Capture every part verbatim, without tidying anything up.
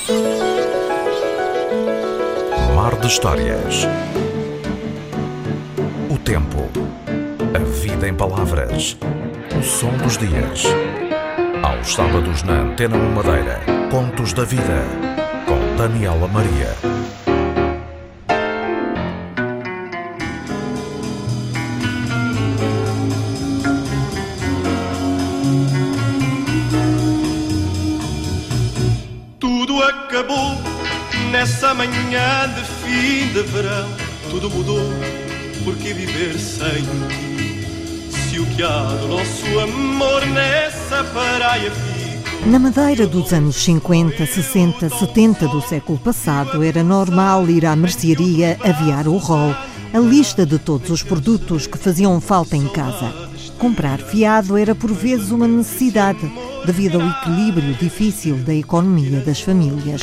Mar de histórias. O tempo. A vida em palavras. O som dos dias. Aos sábados na Antena um Madeira. Contos da vida. Com Daniela Maria. Tudo acabou nessa manhã de fim de verão. Tudo mudou, porque viver sem ti? Se o que há do nosso amor nessa praia ficou. Na Madeira dos anos cinquenta, sessenta, setenta do século passado, era normal ir à mercearia aviar o rol, a lista de todos os produtos que faziam falta em casa. Comprar fiado era por vezes uma necessidade, devido ao equilíbrio difícil da economia das famílias.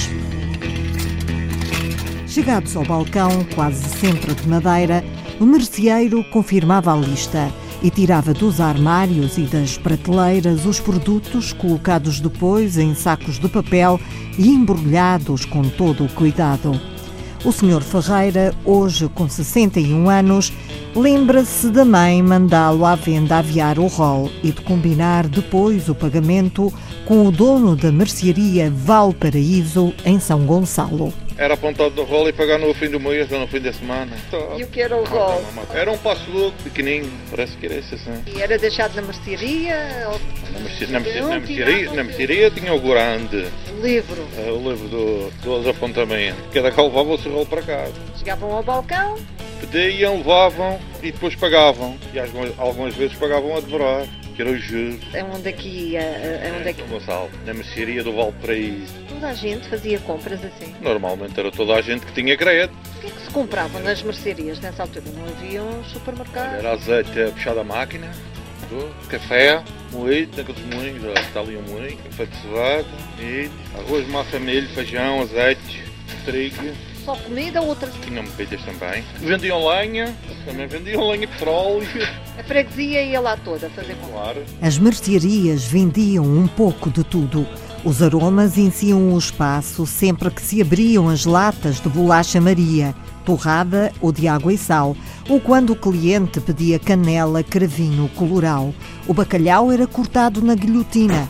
Chegados ao balcão, quase sempre de madeira, o merceeiro confirmava a lista e tirava dos armários e das prateleiras os produtos, colocados depois em sacos de papel e embrulhados com todo o cuidado. O senhor Ferreira, hoje com sessenta e um anos, lembra-se da mãe mandá-lo à venda aviar o rol e de combinar depois o pagamento com o dono da mercearia Valparaíso, em São Gonçalo. Era apontado no rol e pagar no fim do mês ou no fim da semana. E o que era o rol? Era um passo louco, pequenino, parece que era esse assim. E era deixado na mercearia? Ou... Na, merce... na, merce... na, mercearia... na mercearia tinha o grande. O livro? É, o livro do, dos apontamentos. Cada qual levava o seu rol para casa. Chegavam ao balcão? Pediam, levavam e depois pagavam. E algumas, algumas vezes pagavam a devorar. Que era o juro. É onde aqui? É onde aqui? São Gonçalo, na mercearia do Valparaíso. Toda a gente fazia compras assim? Normalmente era toda a gente que tinha crédito. O que é que se comprava nas mercearias nessa altura? Não havia um supermercado? Era azeite puxado à máquina, café, moído, naqueles moinhos, está ali um moinho, café de cevada, milho, arroz, massa, milho, feijão, azeite, trigo. Só comida ou outras? Tinham bebidas também. Vendiam lenha, também vendiam lenha, petróleo. A freguesia ia lá toda a fazer compras? Claro. As mercearias vendiam um pouco de tudo. Os aromas enchiam o espaço sempre que se abriam as latas de bolacha Maria, torrada ou de água e sal, ou quando o cliente pedia canela, cravinho, colorau. O bacalhau era cortado na guilhotina.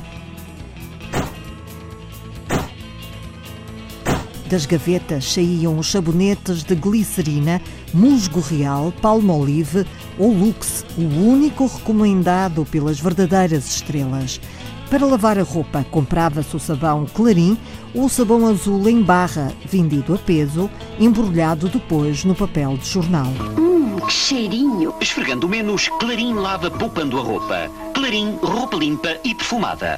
Das gavetas saíam os sabonetes de glicerina, musgo real, palmolive ou lux, o único recomendado pelas verdadeiras estrelas. Para lavar a roupa, comprava-se o sabão clarim ou o sabão azul em barra, vendido a peso, embrulhado depois no papel de jornal. Hum, que cheirinho! Esfregando menos, Clarim lava poupando a roupa. Clarim, roupa limpa e perfumada.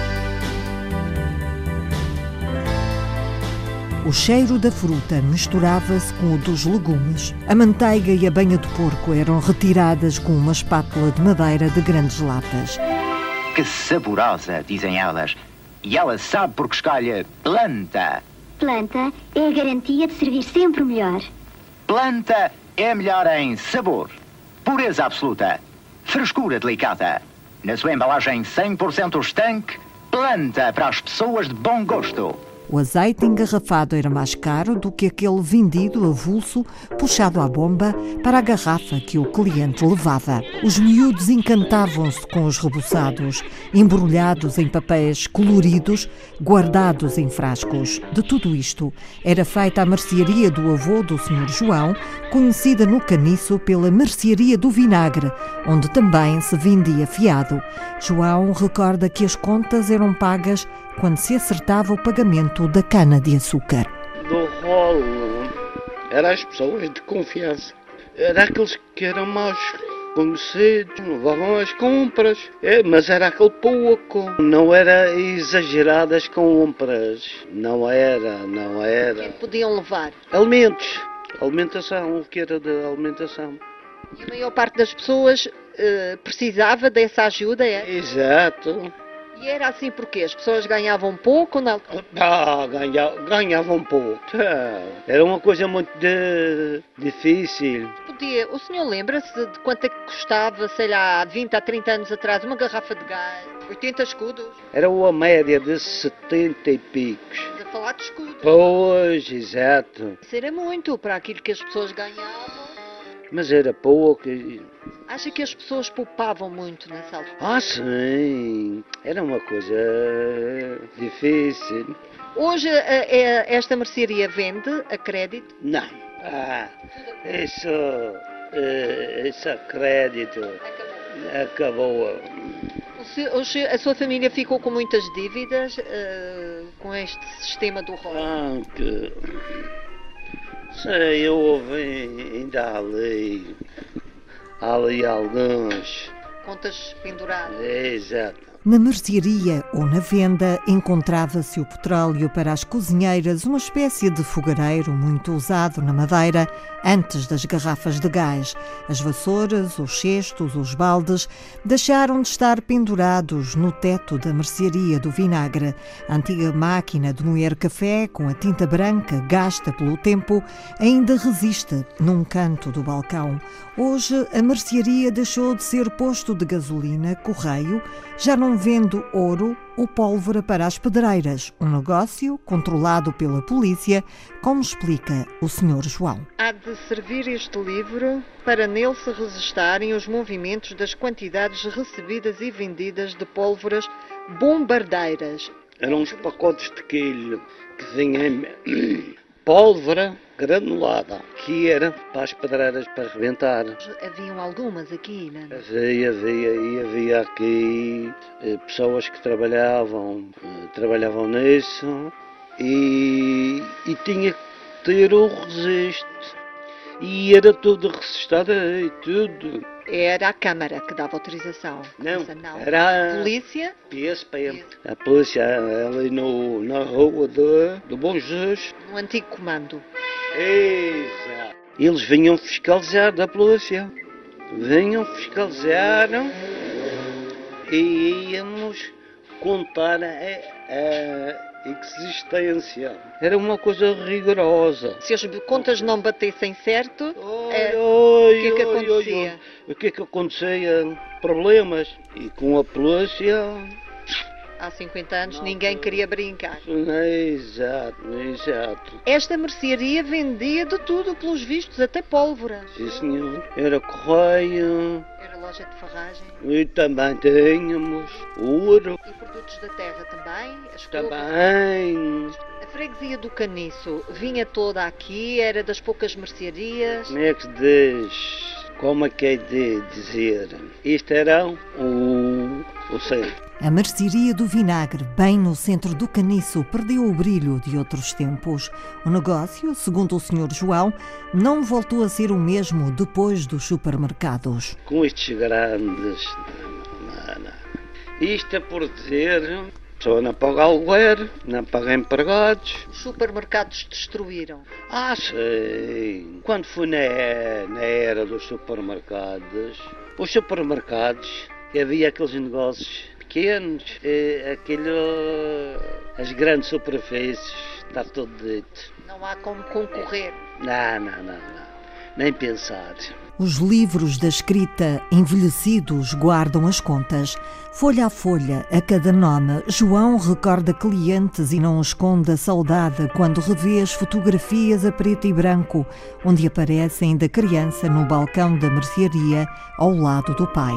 O cheiro da fruta misturava-se com o dos legumes. A manteiga e a banha de porco eram retiradas com uma espátula de madeira de grandes latas. Que saborosa, dizem elas. E ela sabe porque escolhe planta. Planta é a garantia de servir sempre o melhor. Planta é melhor em sabor, pureza absoluta, frescura delicada. Na sua embalagem cem por cento estanque, planta para as pessoas de bom gosto. O azeite engarrafado era mais caro do que aquele vendido avulso, puxado à bomba para a garrafa que o cliente levava. Os miúdos encantavam-se com os reboçados, embrulhados em papéis coloridos, guardados em frascos. De tudo isto, era feita a mercearia do avô do senhor João, conhecida no Caniço pela mercearia do vinagre, onde também se vendia fiado. João recorda que as contas eram pagas quando se acertava o pagamento da cana-de-açúcar. Do rolo, eram as pessoas de confiança. Era aqueles que eram mais conhecidos, levavam as compras. É, mas era aquele pouco. Não era exageradas compras. Não era, não era. O que podiam levar? Alimentos. Alimentação, o que era de alimentação. E a maior parte das pessoas uh, precisava dessa ajuda, é? Exato. E era assim porque as pessoas ganhavam pouco? Não? Ah, ganha, ganhavam pouco. Era uma coisa muito de, difícil. Podia, o senhor lembra-se de quanto é que custava, sei lá, há vinte, há trinta anos atrás, uma garrafa de gás? oitenta escudos? Era uma média de setenta e picos. Estás a falar de escudos? Pois, exato. Isso era muito para aquilo que as pessoas ganhavam. Mas era pouco. Acha que as pessoas poupavam muito nessa altura? Ah, sim. Era uma coisa difícil. Hoje a, a, esta mercearia vende a crédito? Não. Ah, isso, isso a crédito acabou. acabou. O seu, o seu, a sua família ficou com muitas dívidas uh, com este sistema do rolo? Ah, que... Sei, eu ouvi ainda ali, ali alguns. Contas penduradas? Exato. Na mercearia ou na venda encontrava-se o petróleo para as cozinheiras, uma espécie de fogareiro muito usado na Madeira antes das garrafas de gás. As vassouras, os cestos, os baldes deixaram de estar pendurados no teto da mercearia do Vinagre. A antiga máquina de moer café, com a tinta branca gasta pelo tempo, ainda resiste num canto do balcão. Hoje a mercearia deixou de ser posto de gasolina, correio, já não vendo ouro ou pólvora para as pedreiras, um negócio controlado pela polícia, como explica o senhor João. Há de servir este livro para nele se registarem os movimentos das quantidades recebidas e vendidas de pólvoras bombardeiras. Eram uns pacotes de quilho que vinham pólvora granulada, que era para as pedreiras para arrebentar. Haviam algumas aqui, não é? Havia, havia, e havia aqui eh, pessoas que trabalhavam, eh, trabalhavam nisso e, e tinha que ter o registro. E era tudo registado aí, tudo. Era a Câmara que dava autorização. Não, não. era a polícia. P S P M. A polícia ali no, na rua de, do Bom Jesus. No antigo comando. Exato. Eles vinham fiscalizar da polícia. Vinham fiscalizar e íamos contar a, a existência. Era uma coisa rigorosa. Se as contas não batessem certo, oi, é, oi, o que é que oi, acontecia? Oi, oi. O que é que acontecia? Problemas. E com a polícia... Há cinquenta anos ninguém queria brincar. Exato, exato. Esta mercearia vendia de tudo, pelos vistos, até pólvora. Sim, senhor. Era correio. Era loja de ferragem. E também tínhamos ouro. E produtos da terra também? As também. A freguesia do Caniço vinha toda aqui, era das poucas mercearias. Como é que se diz? Como é que é de dizer? Isto era o, o centro. A mercearia do Vinagre, bem no centro do Caniço, perdeu o brilho de outros tempos. O negócio, segundo o senhor João, não voltou a ser o mesmo depois dos supermercados. Com estes grandes... Não, não, não. Isto é por dizer... A pessoa não paga aluguer, não paga empregados. Os supermercados destruíram. Ah, sim. Quando fui na, na era dos supermercados, os supermercados, havia aqueles negócios pequenos, aquilo, as grandes superfícies, está tudo dito. Não há como concorrer. Não, não, não, não. Nem pensar. Os livros da escrita envelhecidos guardam as contas. Folha a folha, a cada nome, João recorda clientes e não esconde a saudade quando revê as fotografias a preto e branco, onde aparece ainda criança no balcão da mercearia, ao lado do pai.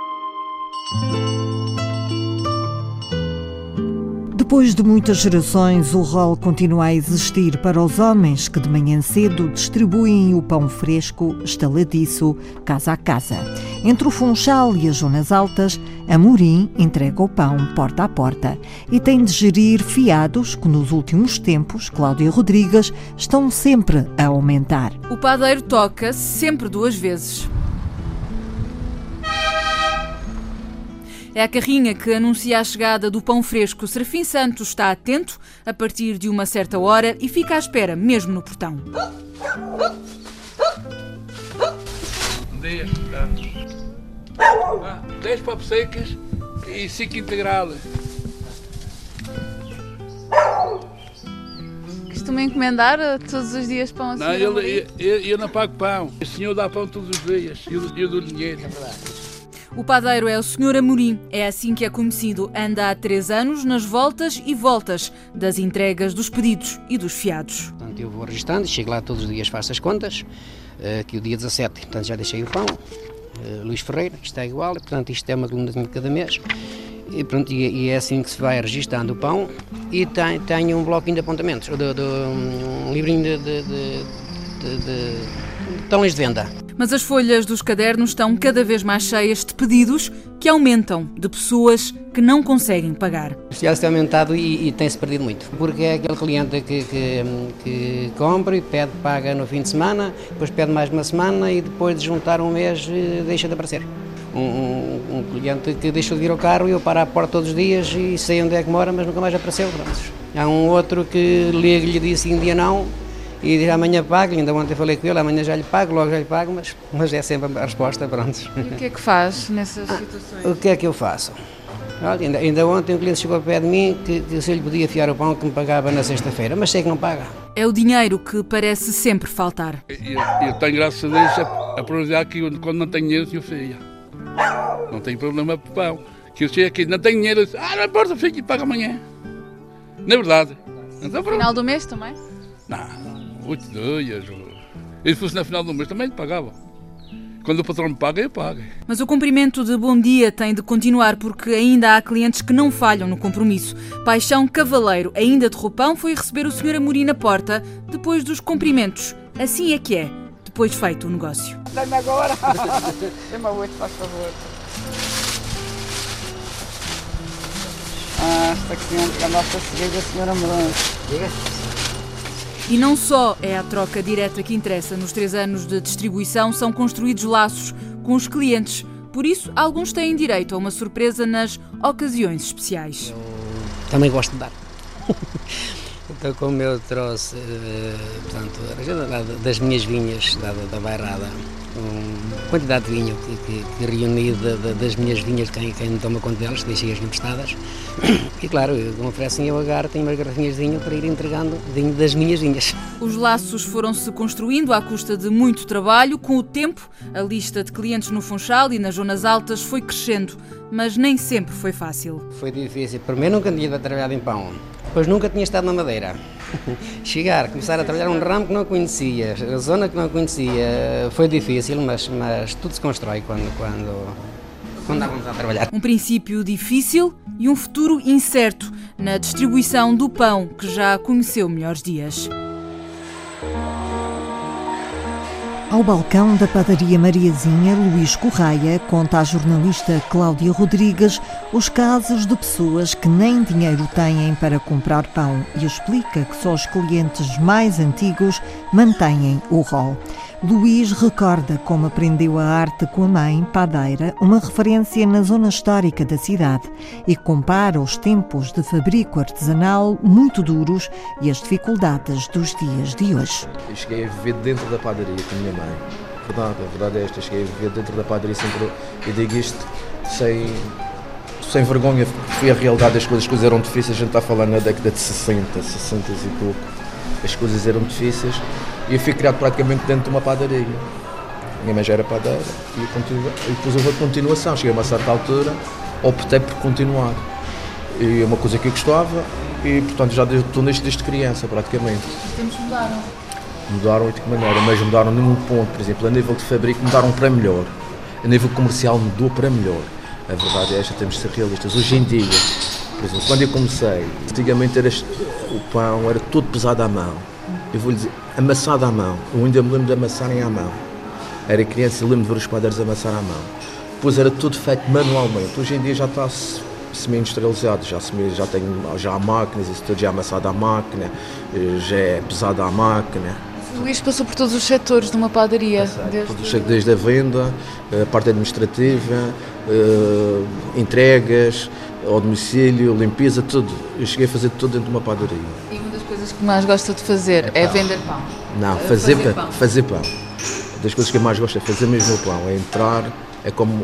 Depois de muitas gerações, o rol continua a existir para os homens que de manhã cedo distribuem o pão fresco, estaladiço, casa a casa. Entre o Funchal e as zonas altas, Amorim entrega o pão porta a porta e tem de gerir fiados que nos últimos tempos, Cláudia Rodrigues, estão sempre a aumentar. O padeiro toca sempre duas vezes. É a carrinha que anuncia a chegada do pão fresco. Serafim Santos está atento a partir de uma certa hora e fica à espera, mesmo no portão. Bom dia. Ah, dez papo secas e cinco integral. Costuma encomendar todos os dias pão assim? Não, eu, eu, eu, eu não pago pão. O senhor dá pão todos os dias. Eu, eu dou dinheiro. É verdade. O padeiro é o senhor Amorim. É assim que é conhecido. Anda há três anos nas voltas e voltas das entregas dos pedidos e dos fiados. Portanto, eu vou registrando, chego lá todos os dias, faço as contas. Aqui o dia dezassete, portanto, já deixei o pão. Luís Ferreira, isto está igual, portanto, isto é uma coluna de cada mês. E, pronto, e é assim que se vai registando o pão. E tenho, tenho um bloquinho de apontamentos, de, de, um livrinho de, de, de, de, de talões de venda. Mas as folhas dos cadernos estão cada vez mais cheias de pedidos que aumentam, de pessoas que não conseguem pagar. Já se tem aumentado e, e tem-se perdido muito, porque é aquele cliente que, que, que compra e pede, paga no fim de semana, depois pede mais uma semana e depois de juntar um mês deixa de aparecer. Um, um, um cliente que deixou de vir ao carro e eu paro à porta todos os dias e sei onde é que mora, mas nunca mais apareceu. Pronto. Há um outro que liga e lhe disse um dia não e diz amanhã pago, ainda ontem falei com ele, amanhã já lhe pago, logo já lhe pago, mas, mas é sempre a resposta, pronto. E o que é que faz nessas ah, situações? O que é que eu faço? Olha, ainda, ainda ontem um cliente chegou ao pé de mim que, que se eu lhe podia fiar o pão que me pagava na sexta-feira, mas sei que não paga. É o dinheiro que parece sempre faltar. Eu, eu tenho, graças a Deus, a, a probabilidade que quando não tenho dinheiro, eu filho. Não tenho problema com o pão. Que eu chego aqui, não tenho dinheiro, eu disse, ah, não importa, filho, paga amanhã. Não é verdade. No final do mês também? Não. Oito dias. E se fosse na final do mês também pagava. Quando o patrão me paga, eu pago. Mas o cumprimento de bom dia tem de continuar porque ainda há clientes que não falham no compromisso. Paixão Cavaleiro, ainda de roupão, foi receber o senhor Amorim na porta depois dos cumprimentos. Assim é que é, depois feito o negócio. Dá-me agora. Dê-me a oito, faz favor. Ah, esta cliente que a nossa seguida, a senhora Amorim. Diga. E não só é a troca direta que interessa. Nos três anos de distribuição são construídos laços com os clientes. Por isso, alguns têm direito a uma surpresa nas ocasiões especiais. Eu também gosto de dar. Então, como eu trouxe, portanto, das minhas vinhas da, da bairrada, uma quantidade de vinho que, que, que reuni de, de, das minhas vinhas, quem, quem me toma conta delas, deixei-as emprestadas. E claro, como oferecem eu agarro, tenho umas garrafinhas de vinho para ir entregando vinho das minhas vinhas. Os laços foram-se construindo à custa de muito trabalho. Com o tempo, a lista de clientes no Funchal e nas zonas altas foi crescendo, mas nem sempre foi fácil. Foi difícil. Primeiro, nunca tinha trabalhado em pão. Depois nunca tinha estado na Madeira. Chegar, começar a trabalhar um ramo que não conhecia, a zona que não conhecia, foi difícil, mas, mas tudo se constrói quando, quando, quando dá vontade de trabalhar. Um princípio difícil e um futuro incerto na distribuição do pão, que já conheceu melhores dias. Ao balcão da padaria Mariazinha, Luís Correia conta à jornalista Cláudia Rodrigues os casos de pessoas que nem dinheiro têm para comprar pão e explica que só os clientes mais antigos mantêm o rol. Luís recorda como aprendeu a arte com a mãe, padeira, uma referência na zona histórica da cidade, e compara os tempos de fabrico artesanal muito duros e as dificuldades dos dias de hoje. Eu cheguei a viver dentro da padaria com a minha mãe. Verdade, a verdade é esta, eu cheguei a viver dentro da padaria sempre, e digo isto sem, sem vergonha, porque foi a realidade das coisas, as coisas eram difíceis, a gente está a falar na década de sessenta, sessenta e pouco, as coisas eram difíceis. E eu fui criado praticamente dentro de uma padaria. Minha mãe já era padeira e, continu... e depois houve a continuação. Cheguei a uma certa altura, optei por continuar. E é uma coisa que eu gostava e, portanto, já estou nisto desde criança, praticamente. Os tempos mudaram? Mudaram de que maneira, mas mudaram num ponto, por exemplo, a nível de fabrico mudaram para melhor. A nível comercial mudou para melhor. A verdade é esta, temos de ser realistas. Hoje em dia, por exemplo, quando eu comecei, antigamente era, o pão era todo pesado à mão. Eu vou lhe dizer, amassado à mão. Eu ainda me lembro de amassarem à mão. Era criança e lembro de ver os padeiros amassar à mão. Depois era tudo feito manualmente. Hoje em dia já está semi-industrializado, já, já, tem, já há máquinas, isso tudo já é amassado à máquina, já é pesado à máquina. O Luís passou por todos os setores de uma padaria. Desde, desde a venda, a parte administrativa, uh, entregas, ao domicílio, limpeza, tudo. Eu cheguei a fazer tudo dentro de uma padaria. E uma das coisas que mais gosta de fazer é, é vender pão? Não, fazer, fazer pão. Fazer pão. Das coisas que eu mais gosto é fazer mesmo o pão, é entrar, é como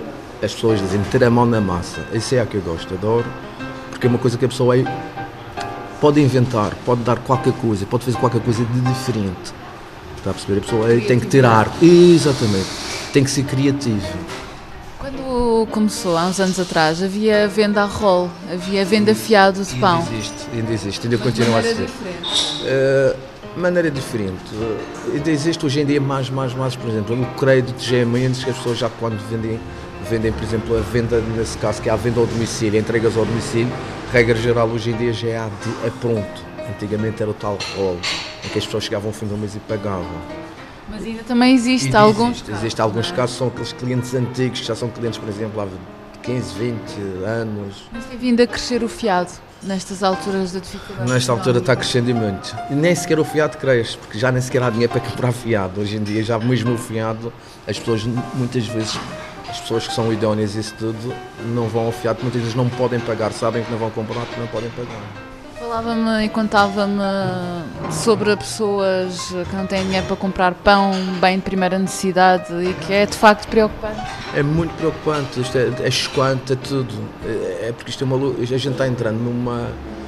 as pessoas dizem meter a mão na massa. Isso é a que eu gosto, adoro, porque é uma coisa que a pessoa é, pode inventar, pode dar qualquer coisa, pode fazer qualquer coisa de diferente. Está a perceber? A pessoa é, tem que ter arte. Exatamente. Tem que ser criativa. Quando começou, há uns anos atrás, havia venda a rolo, havia venda fiado de pão. Ainda existe, ainda existe, ainda continua a ser. Uh, maneira diferente. Uh, ainda existe hoje em dia mais, mais, mais, por exemplo, o crédito já é menos que as pessoas já quando vendem, vendem, por exemplo, a venda, nesse caso, que é a venda ao domicílio, entregas ao domicílio, regra geral hoje em dia já é a, a pronto. Antigamente era o tal rolo, em que as pessoas chegavam ao fim do mês e pagavam. Mas ainda também existe ainda alguns existe, casos. Existe alguns casos, são aqueles clientes antigos, que já são clientes, por exemplo, há quinze, vinte anos. Mas tem vindo a crescer o fiado nestas alturas da dificuldade? Nesta altura está crescendo e muito. E nem sequer o fiado cresce, porque já nem sequer há dinheiro para comprar fiado. Hoje em dia, já mesmo o fiado, as pessoas, muitas vezes, as pessoas que são idóneas e isso tudo, não vão ao fiado, muitas vezes não podem pagar, sabem que não vão comprar porque não podem pagar. Falava-me e contava-me sobre pessoas que não têm dinheiro para comprar pão, bem de primeira necessidade, e que é de facto preocupante. É muito preocupante, isto é, é chocante, é tudo. É, é porque isto é uma, a gente está entrando numa,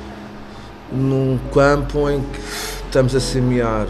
num campo em que estamos a semear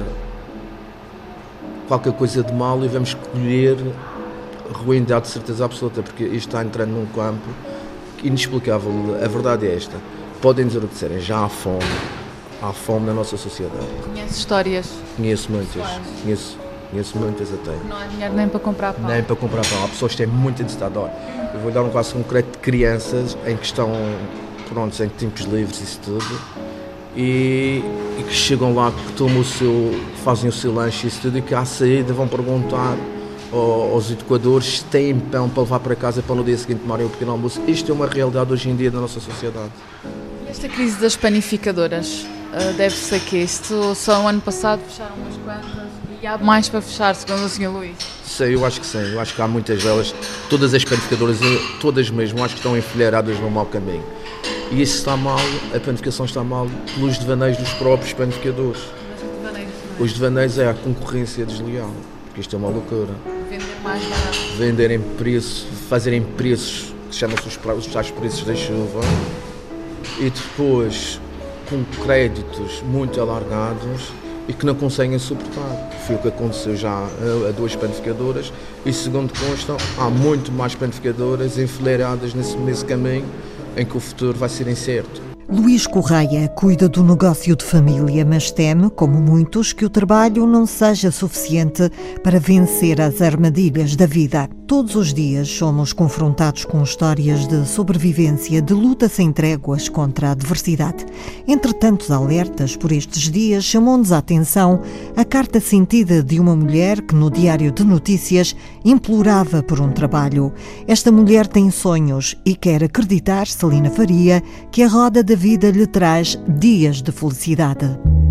qualquer coisa de mal e vamos colher ruindade de certeza absoluta, porque isto está entrando num campo inexplicável. A verdade é esta. Podem dizer o que disserem, já há fome, há fome na nossa sociedade. Conhece histórias? Conheço muitas, conheço, conheço muitas até. Não há dinheiro nem para comprar pão? Nem para comprar pão, há pessoas que têm muita necessidade. Olha, eu vou dar um caso concreto de crianças em que estão, pronto, em tempos livres e isso tudo, e, e que chegam lá, que tomam o seu, fazem o seu lanche e isso tudo, e que à saída vão perguntar aos educadores se têm pão para levar para casa para no dia seguinte tomarem o pequeno almoço. Isto é uma realidade hoje em dia da nossa sociedade. Esta crise das panificadoras uh, deve-se a que isto só no ano passado fecharam umas quantas e há mais para fechar, segundo o senhor Luís? Sei, eu acho que sim, eu acho que há muitas delas, todas as panificadoras, todas mesmo, acho que estão enfileiradas no mau caminho. E isso está mal, a panificação está mal pelos devaneios dos próprios panificadores. Os devaneios é a concorrência desleal, porque isto é uma loucura. Vender mais barato. Venderem preço, fazerem preços, que chamam-se os, os tais preços da chuva, e depois com créditos muito alargados e que não conseguem suportar. Foi o que aconteceu já a, a duas panificadoras e, segundo constam, há muito mais panificadoras enfileiradas nesse, nesse caminho em que o futuro vai ser incerto. Luís Correia cuida do negócio de família, mas teme, como muitos, que o trabalho não seja suficiente para vencer as armadilhas da vida. Todos os dias somos confrontados com histórias de sobrevivência, de luta sem tréguas contra a adversidade. Entre tantos alertas por estes dias, chamou-nos a atenção a carta sentida de uma mulher que no Diário de Notícias implorava por um trabalho. Esta mulher tem sonhos e quer acreditar, Celina Faria, que a roda da vida lhe traz dias de felicidade.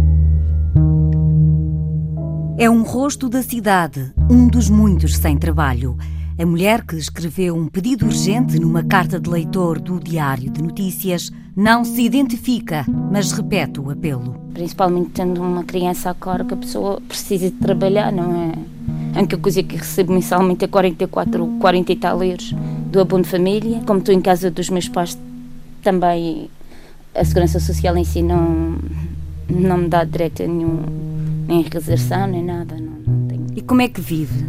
É um rosto da cidade, um dos muitos sem trabalho. A mulher que escreveu um pedido urgente numa carta de leitor do Diário de Notícias não se identifica, mas repete o apelo. Principalmente tendo uma criança a cargo, a pessoa precisa de trabalhar, não é? A única coisa que recebo mensalmente é quarenta e quatro, quarenta e tal euros do abono de família. Como estou em casa dos meus pais, também a Segurança Social em si não, não me dá direito a nenhum, nem reserção, nem nada. Não, não tenho. E como é que vive?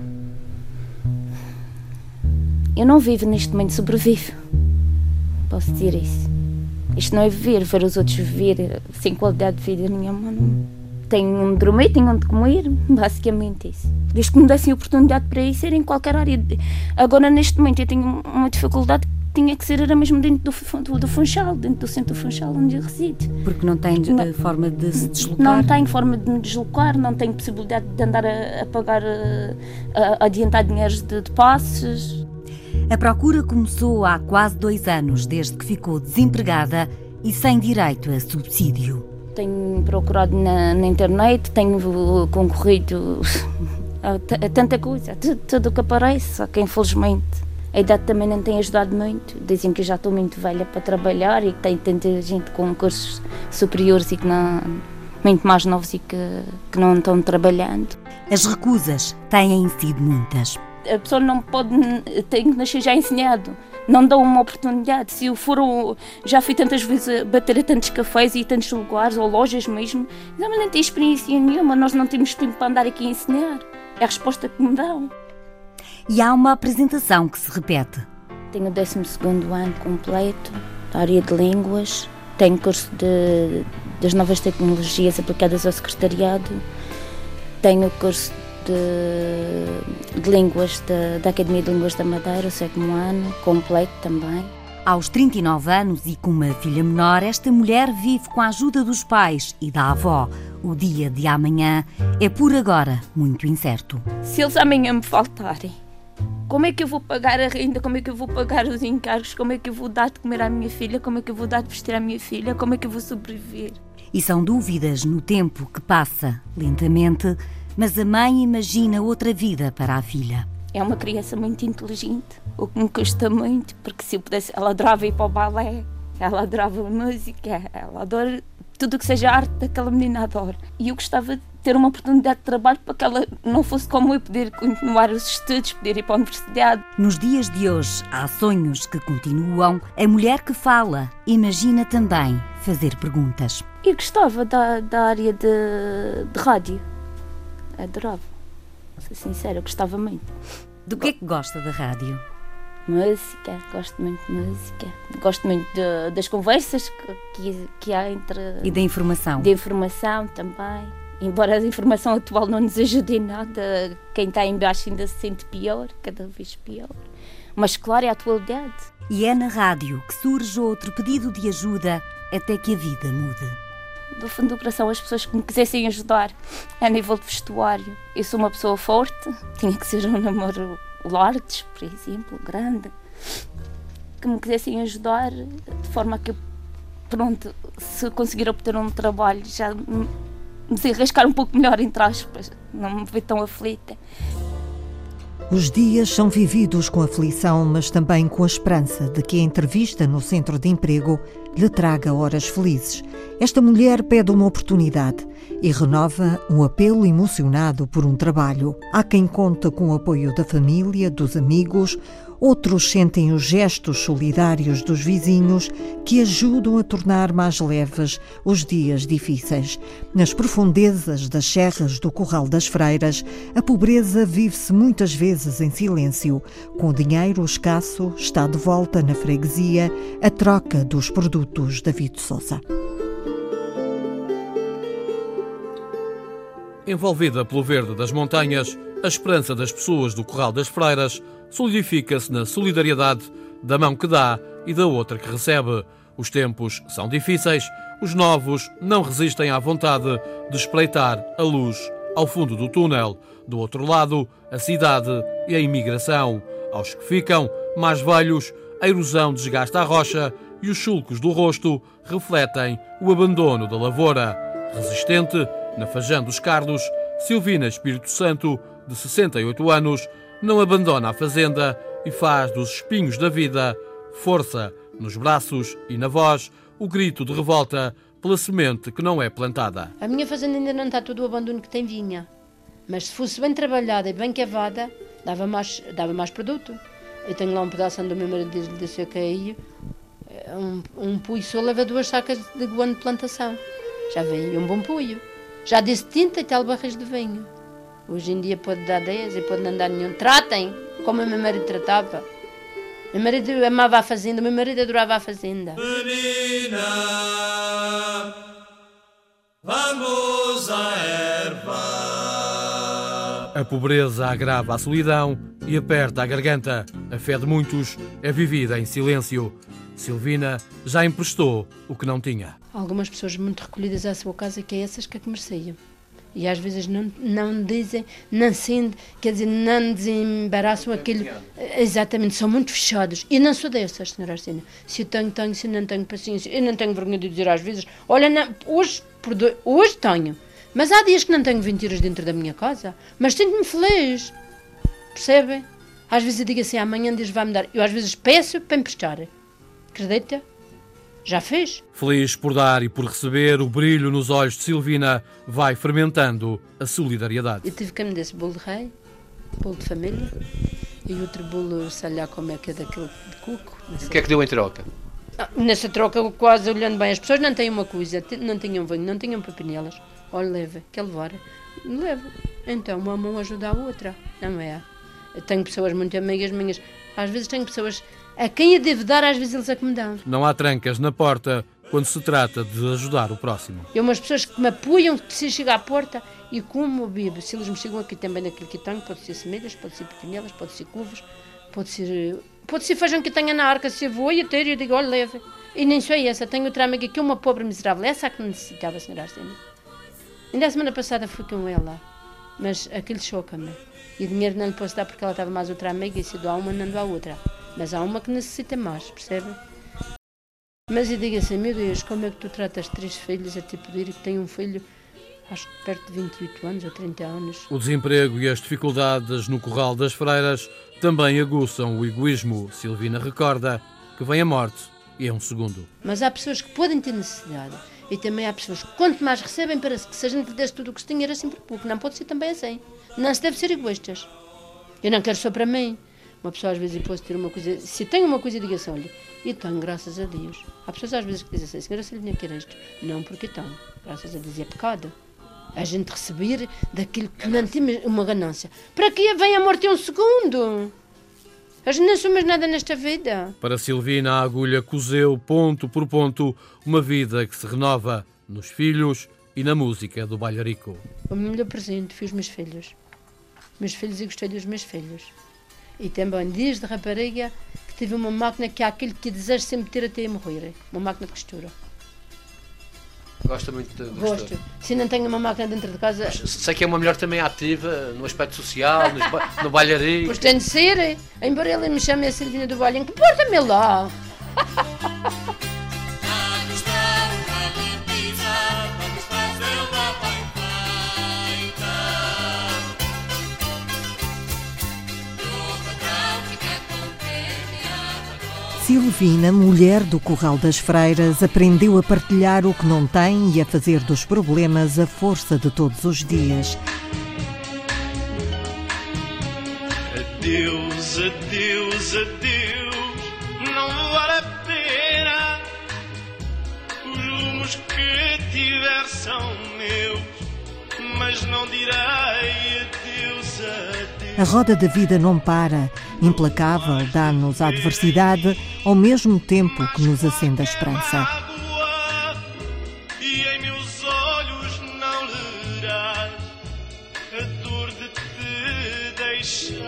Eu não vivo neste momento, sobrevivo. Posso dizer isso. Isto não é viver, ver os outros viver sem qualidade de vida nenhuma. Não. Tenho onde dormir, tenho onde comer, basicamente isso. Desde que me dessem oportunidade para isso, era em qualquer área. Agora, neste momento, eu tenho uma dificuldade que tinha que ser, era mesmo dentro do, do, do Funchal, dentro do centro do Funchal, onde eu resido. Porque não tem não, forma de se deslocar? Não tenho forma de me deslocar, não tenho possibilidade de andar a, a pagar, a, a adiantar dinheiros de, de passes. A procura começou há quase dois anos, desde que ficou desempregada e sem direito a subsídio. Tenho procurado na, na internet, tenho concorrido a, a tanta coisa, a tudo o que aparece, só que infelizmente a idade também não tem ajudado muito. Dizem que eu já estou muito velha para trabalhar e que tem tanta gente com cursos superiores e que não, muito mais novos e que, que não estão trabalhando. As recusas têm sido muitas. A pessoa não pode, tem que nascer já ensinado. Não dão uma oportunidade. Se eu for, já fui tantas vezes a bater a tantos cafés e a tantos lugares, ou lojas mesmo, mas não tenho experiência nenhuma, nós não temos tempo para andar aqui a ensinar. É a resposta que me dão. E há uma apresentação que se repete. Tenho o décimo segundo ano completo, da área de línguas, tenho curso de, das novas tecnologias aplicadas ao secretariado, tenho o curso de, de línguas da, da Academia de Línguas da Madeira, o sétimo ano, completo também. Aos trinta e nove anos e com uma filha menor, esta mulher vive com a ajuda dos pais e da avó. O dia de amanhã é por agora muito incerto. Se eles amanhã me faltarem, como é que eu vou pagar a renda? Como é que eu vou pagar os encargos? Como é que eu vou dar de comer à minha filha? Como é que eu vou dar de vestir à minha filha? Como é que eu vou sobreviver? E são dúvidas no tempo que passa lentamente, mas a mãe imagina outra vida para a filha. É uma criança muito inteligente, o que me custa muito, porque se eu pudesse, ela adorava ir para o balé, ela adorava música, ela adora tudo o que seja arte, daquela menina adora. E eu gostava de ter uma oportunidade de trabalho para que ela não fosse como eu, poder continuar os estudos, poder ir para a universidade. Nos dias de hoje há sonhos que continuam. A mulher que fala imagina também fazer perguntas. Eu gostava da, da área de, de rádio, adorava, vou ser sincera, eu gostava muito. Do que é que gosta da rádio? Música, gosto muito de música. Gosto muito de, das conversas que, que, que há entre... E da informação? De informação também. Embora a informação atual não nos ajude em nada, quem está em baixo ainda se sente pior, cada vez pior. Mas claro, é a atualidade. E é na rádio que surge outro pedido de ajuda até que a vida mude. Do fundo do coração, as pessoas que me quisessem ajudar a nível de vestuário. Eu sou uma pessoa forte, tinha que ser um namoro Lourdes, por exemplo, grande, que me quisessem ajudar de forma a que eu, pronto, se conseguir obter um trabalho, já me desenrascar um pouco melhor, entre aspas, não me ver tão aflita. Os dias são vividos com aflição, mas também com a esperança de que a entrevista no centro de emprego lhe traga horas felizes. Esta mulher pede uma oportunidade e renova um apelo emocionado por um trabalho. Há quem conta com o apoio da família, dos amigos, outros sentem os gestos solidários dos vizinhos que ajudam a tornar mais leves os dias difíceis. Nas profundezas das serras do Curral das Freiras, a pobreza vive-se muitas vezes em silêncio. Com o dinheiro escasso, está de volta na freguesia a troca dos produtos. David Sousa. Envolvida pelo verde das montanhas, a esperança das pessoas do Curral das Freiras solidifica-se na solidariedade da mão que dá e da outra que recebe. Os tempos são difíceis, os novos não resistem à vontade de espreitar a luz ao fundo do túnel. Do outro lado, a cidade e a imigração. Aos que ficam, mais velhos, a erosão desgasta a rocha e os sulcos do rosto refletem o abandono da lavoura. Resistente, na Fajã dos Cardos, Silvina Espírito Santo, de sessenta e oito anos, não abandona a fazenda e faz dos espinhos da vida força nos braços e na voz, o grito de revolta pela semente que não é plantada. A minha fazenda ainda não está todo o abandono que tem vinha, mas se fosse bem trabalhada e bem cavada, dava mais, dava mais produto. Eu tenho lá um pedaço do meu marido desde de ser caí, um, um puio só leva duas sacas de guano de plantação. Já veio um bom puio. Já disse tinta e tal barris de vinho. Hoje em dia pode dar dez e pode não dar nenhum. Tratem como o meu marido tratava. Meu marido amava a fazenda, meu marido adorava a fazenda. Menina, vamos à erva. A pobreza agrava a solidão e aperta a garganta. A fé de muitos é vivida em silêncio. Silvina já emprestou o que não tinha. Algumas pessoas muito recolhidas à sua casa, que é essas que a comerciam. E às vezes não, não dizem, não sentem, quer dizer, não desembaraçam aquilo. Exatamente, são muito fechados. E não sou dessas, senhora Arsênia. Se eu tenho, tenho, se não tenho paciência. Eu não tenho vergonha de dizer às vezes, olha, não, hoje, hoje tenho. Mas há dias que não tenho mentiras dentro da minha casa. Mas sinto-me feliz. Percebem? Às vezes eu digo assim, amanhã Deus vai-me dar. Eu às vezes peço para emprestar. Acredita? Já fez? Feliz por dar e por receber, o brilho nos olhos de Silvina vai fermentando a solidariedade. Eu tive que me desse bolo de rei, bolo de família. e outro bolo, sei lá como é que é daquele de coco. O que é que deu em troca? Ah, nessa troca, quase olhando bem, as pessoas não têm uma coisa, não tinham vinho, não tinham papinelas. Olha, leva, quer levar? Leva. Então, uma mão ajuda a outra, não é? Eu tenho pessoas muito amigas minhas, às vezes tenho pessoas a quem eu devo dar, às vezes eles é que me dão. Não há trancas na porta quando se trata de ajudar o próximo. Eu umas pessoas que me apoiam, que se chega à porta e como eu bebo, se eles me chegam aqui também naquilo que tenho, pode ser semilhas, pode ser pepinelas, pode ser couves, pode ser, pode ser feijão que tenha na arca, se eu vou e eu ter, eu digo, olha, leve. E nem só essa, tenho outra amiga que é uma pobre miserável, essa é que necessitava, senhora Arsênia. Ainda a semana passada fui com ela, mas aquilo choca-me. E dinheiro não lhe posso dar porque ela estava mais outra amiga e se dou a uma, não dou a outra. Mas há uma que necessita mais, percebe? Mas eu digo assim, meu Deus, como é que tu tratas três filhos a te pedir que tem um filho, acho que perto de vinte e oito anos ou trinta anos. O desemprego e as dificuldades no Curral das Freiras também aguçam o egoísmo. Silvina recorda que vem a morte e é um segundo. Mas há pessoas que podem ter necessidade e também há pessoas que quanto mais recebem, parece que se a gente desse tudo o que se tinha era sempre pouco. Não pode ser também assim. Não se deve ser egoístas. Eu não quero só para mim. Uma pessoa às vezes pode ter uma coisa, se tem uma coisa, diga assim, olha, e tenho, graças a Deus. Há pessoas às vezes que dizem assim, senhora Silvina quer isto. Não, porque tenho, graças a Deus, é pecado. A gente receber daquilo que não tem uma ganância. Para que vem a morte em um segundo? A gente não somos nada nesta vida. Para Silvina, a agulha cozeu, ponto por ponto, uma vida que se renova nos filhos e na música do bailarico. O meu melhor presente foi os meus filhos. Meus filhos, e gostei dos meus filhos. E também, desde rapariga, que tive uma máquina que é aquilo que desejo sempre ter até a morrer. Uma máquina de costura. Gosta muito de costura? Gosto. Se não tenho uma máquina dentro de casa... Mas sei que é uma mulher também ativa no aspecto social, no, no bailarico. Pois tem de ser. Embora ele me chame a Silvina do Bailhinho, porta-me lá. Silvina, mulher do Curral das Freiras, aprendeu a partilhar o que não tem e a fazer dos problemas a força de todos os dias. Adeus, adeus, adeus, não vale a pena. Os lumos que tiver são meus, mas não direi adeus, adeus. A roda da vida não para, implacável, dá-nos a adversidade, ao mesmo tempo que nos acende a esperança. E em meus olhos não lerás a dor de te deixar.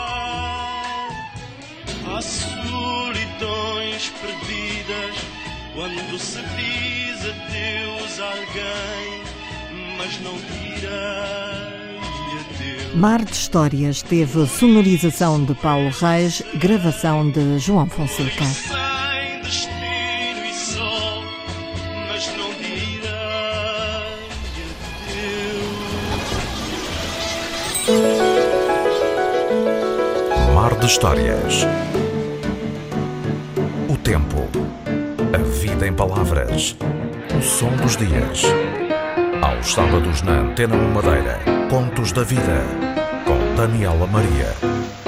Há solidões perdidas quando se diz adeus a alguém, mas não direi. Mar de Histórias teve sonorização de Paulo Reis, gravação de João Fonseca. Sem destino e sol, mas não direi adeus. Mar de Histórias. O tempo. A vida em palavras. O som dos dias. Aos sábados na Antena um Madeira. Contos da Vida, com Daniela Maria.